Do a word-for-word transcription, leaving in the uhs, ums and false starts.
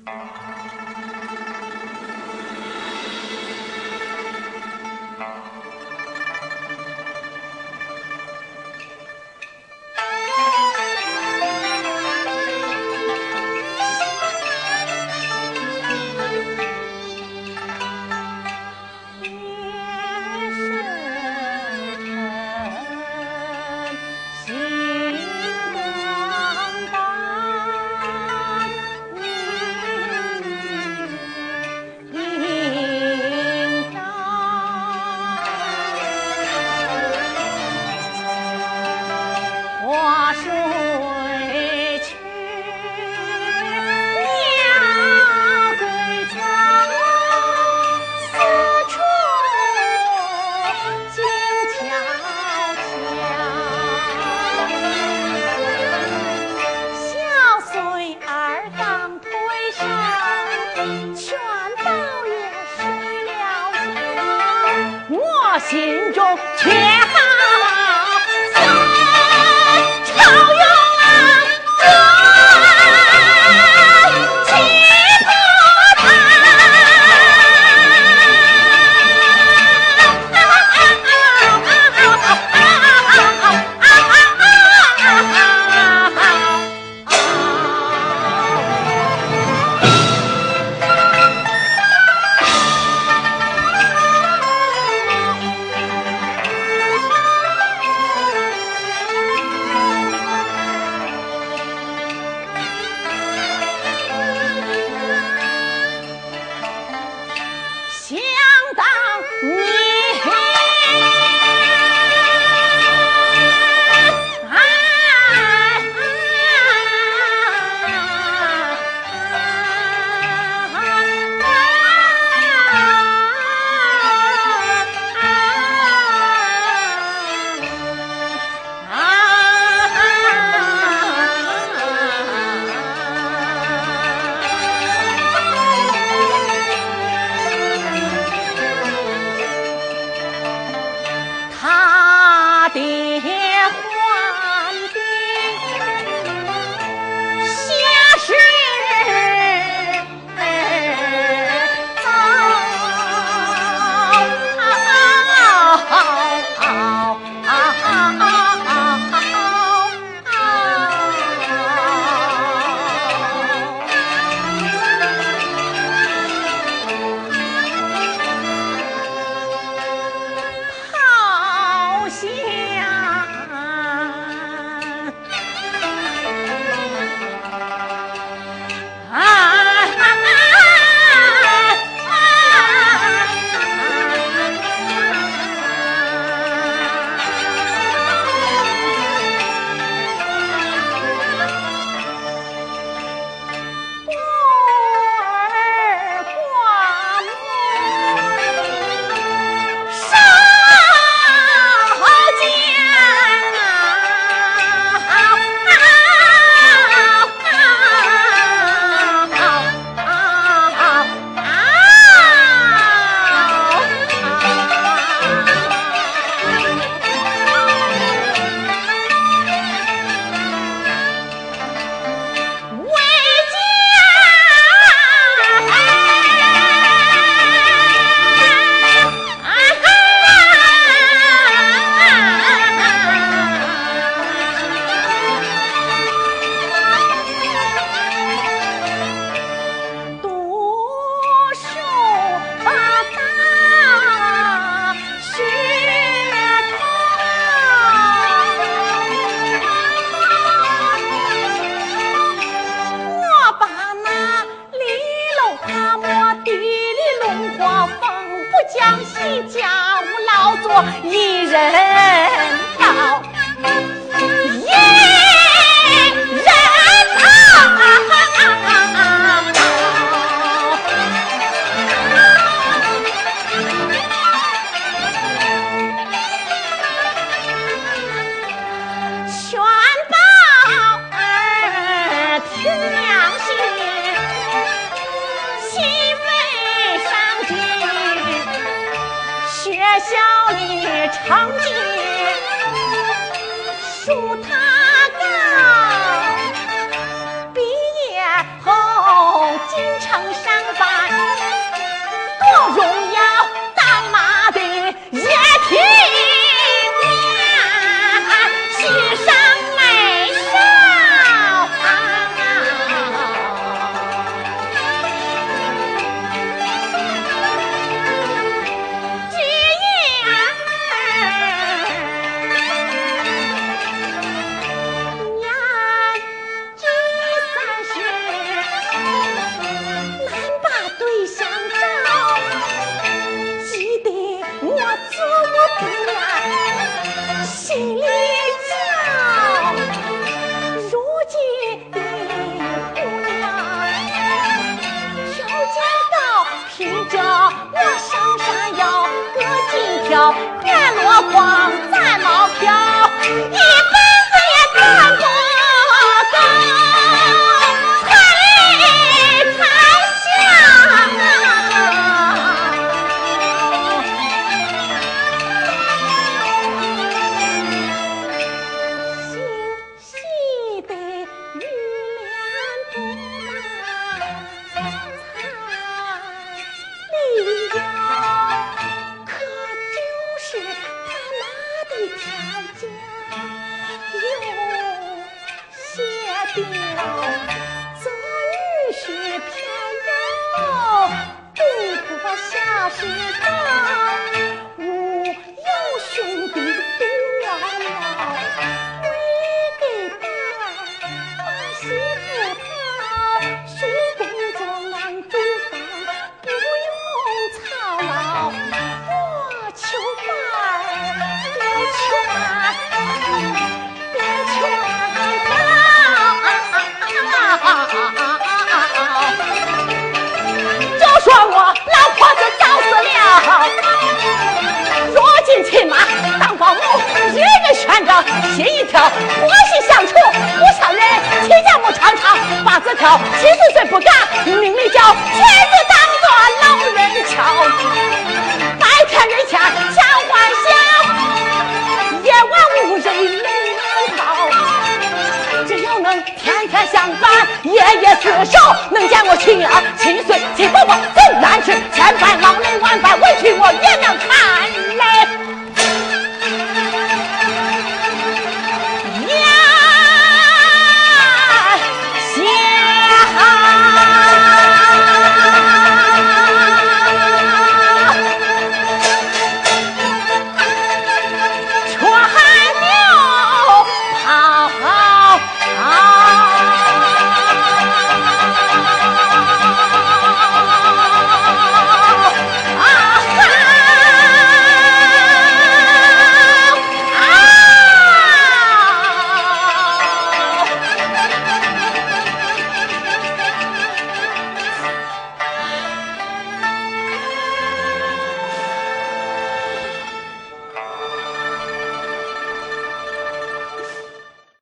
心中却好三朝永安气魄堂。一人道，一人全宝儿听良心，心为上进，学校里成绩数他高，毕业后经常我上山要割金条，月落光咱毛飘，一辈子也干不够彩彩霞。细细的玉莲珠啊，彩铃摇，可就是他妈的条件有些刁，做女婿偏要东坡下石道，无有兄弟独姥姥，为给伴把媳妇讨，叔公做俺主房，不用操劳，我求伴别劝别劝就说我老婆子早死了，如今亲妈当保姆，日日悬着心一条，婆媳相处不像人，亲家母常常把子挑，七十岁不干命里叫，妻子当作老人瞧，白天人前常欢笑，夜晚无人泪难逃，只要能天天相伴，夜夜厮守，能见我妻儿七岁七